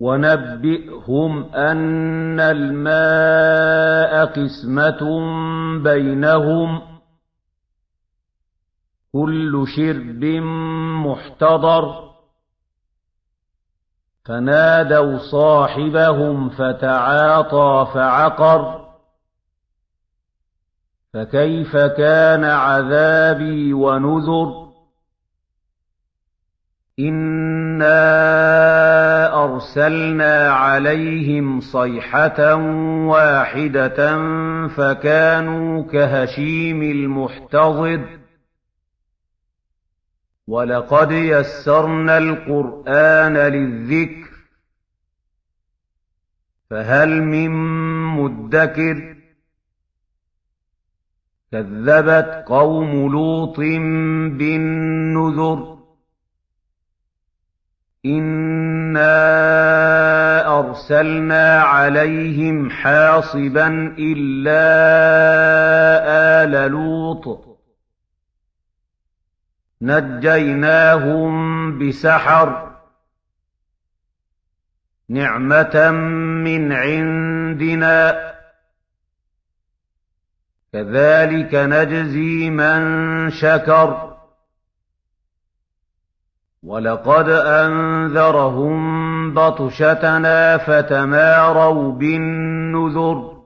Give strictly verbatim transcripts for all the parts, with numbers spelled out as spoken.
وَنَبِّئْهُمْ أَنَّ الْمَاءَ قِسْمَةٌ بَيْنَهُمْ كُلُّ شِرْبٍ مُّحْتَضَرٌ فَنَادَوْا صَاحِبَهُمْ فَتَعَاطَىٰ فَعَقَرَ فَكَيْفَ كَانَ عَذَابِي وَنُذُرِ إِنَّا أَرْسَلْنَا عَلَيْهِمْ صَيْحَةً وَاحِدَةً فَكَانُوا كَهَشِيمِ الْمُحْتَظِرِ وَلَقَدْ يَسَّرْنَا الْقُرْآنَ لِلذِّكْرِ فَهَلْ مِن مُّدَّكِرٍ كَذَّبَتْ قَوْمُ لُوطٍ بِالنُّذُرِ إِنَّا أَرْسَلْنَا عَلَيْهِمْ حَاصِبًا إِلَّا آلَ لُوطٍ نَجَّيْنَاهُم بِسَحَرٍ نِّعْمَةً مِّنْ عِندِنَا كَذَٰلِكَ نَجْزِي مَن شَكَرَ وَلَقَدْ أَنذَرَهُم بَطْشَتَنَا فَتَمَارَوْا بِالنُّذُرِ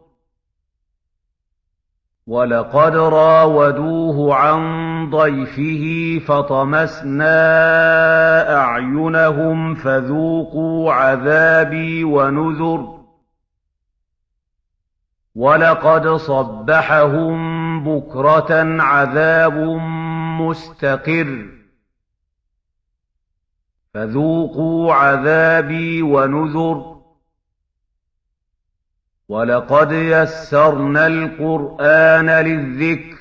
وَلَقَدْ رَاوَدُوهُ عَن ضَيْفِهِ فَطَمَسْنَا أَعْيُنَهُمْ فَذُوقُوا عَذَابِي وَنُذُرِ وَلَقَدْ صَبَّحَهُم بُكْرَةً عَذَابٌ مُّسْتَقِرٌّ فَذُوقُوا عَذَابِي وَنُذُرِ وَلَقَدْ يَسَّرْنَا الْقُرْآنَ لِلذِّكْرِ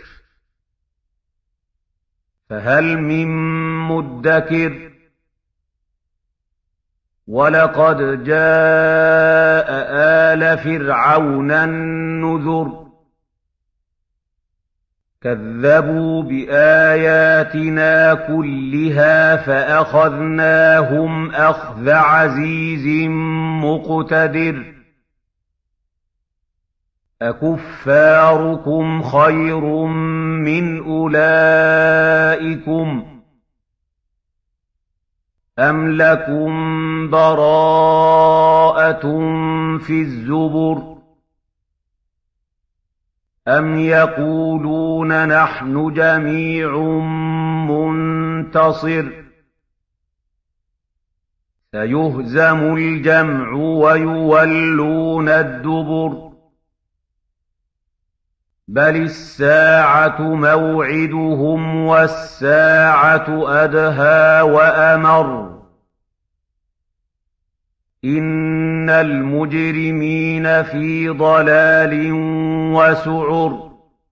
فَهَلْ مِن مُّدَّكِرٍ وَلَقَدْ جَاءَ آلَ فِرْعَوْنَ النُّذُرُ كَذَّبُوا بِآيَاتِنَا كُلِّهَا فَأَخَذْنَاهُمْ أَخْذَ عَزِيزٍ مُّقْتَدِرٍ أَكُفَّارُكُمْ خَيْرٌ مِّنْ أُولَٰئِكُمْ أَمْ لَكُمْ بَرَاءَةٌ فِي الزُّبُرِ أَمْ يَقُولُونَ نَحْنُ جَمِيعٌ مُّنتَصِرٌ سَيُهْزَمُ الْجَمْعُ وَيُوَلُّونَ الدُّبُرَ بَلِ السَّاعَةُ مَوْعِدُهُمْ وَالسَّاعَةُ أَدْهَىٰ وَأَمَرُّ إِنَّ الْمُجْرِمِينَ فِي ضَلَالٍ وَسُعُرٍ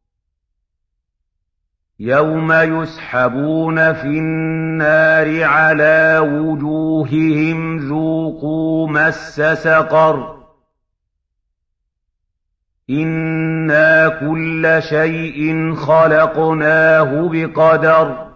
يَوْمَ يُسْحَبُونَ فِي النَّارِ عَلَىٰ وُجُوهِهِمْ ذُوقُوا مَسَّ سَقَرَ إِنَّا كُلَّ شَيْءٍ خَلَقْنَاهُ بِقَدَرٍ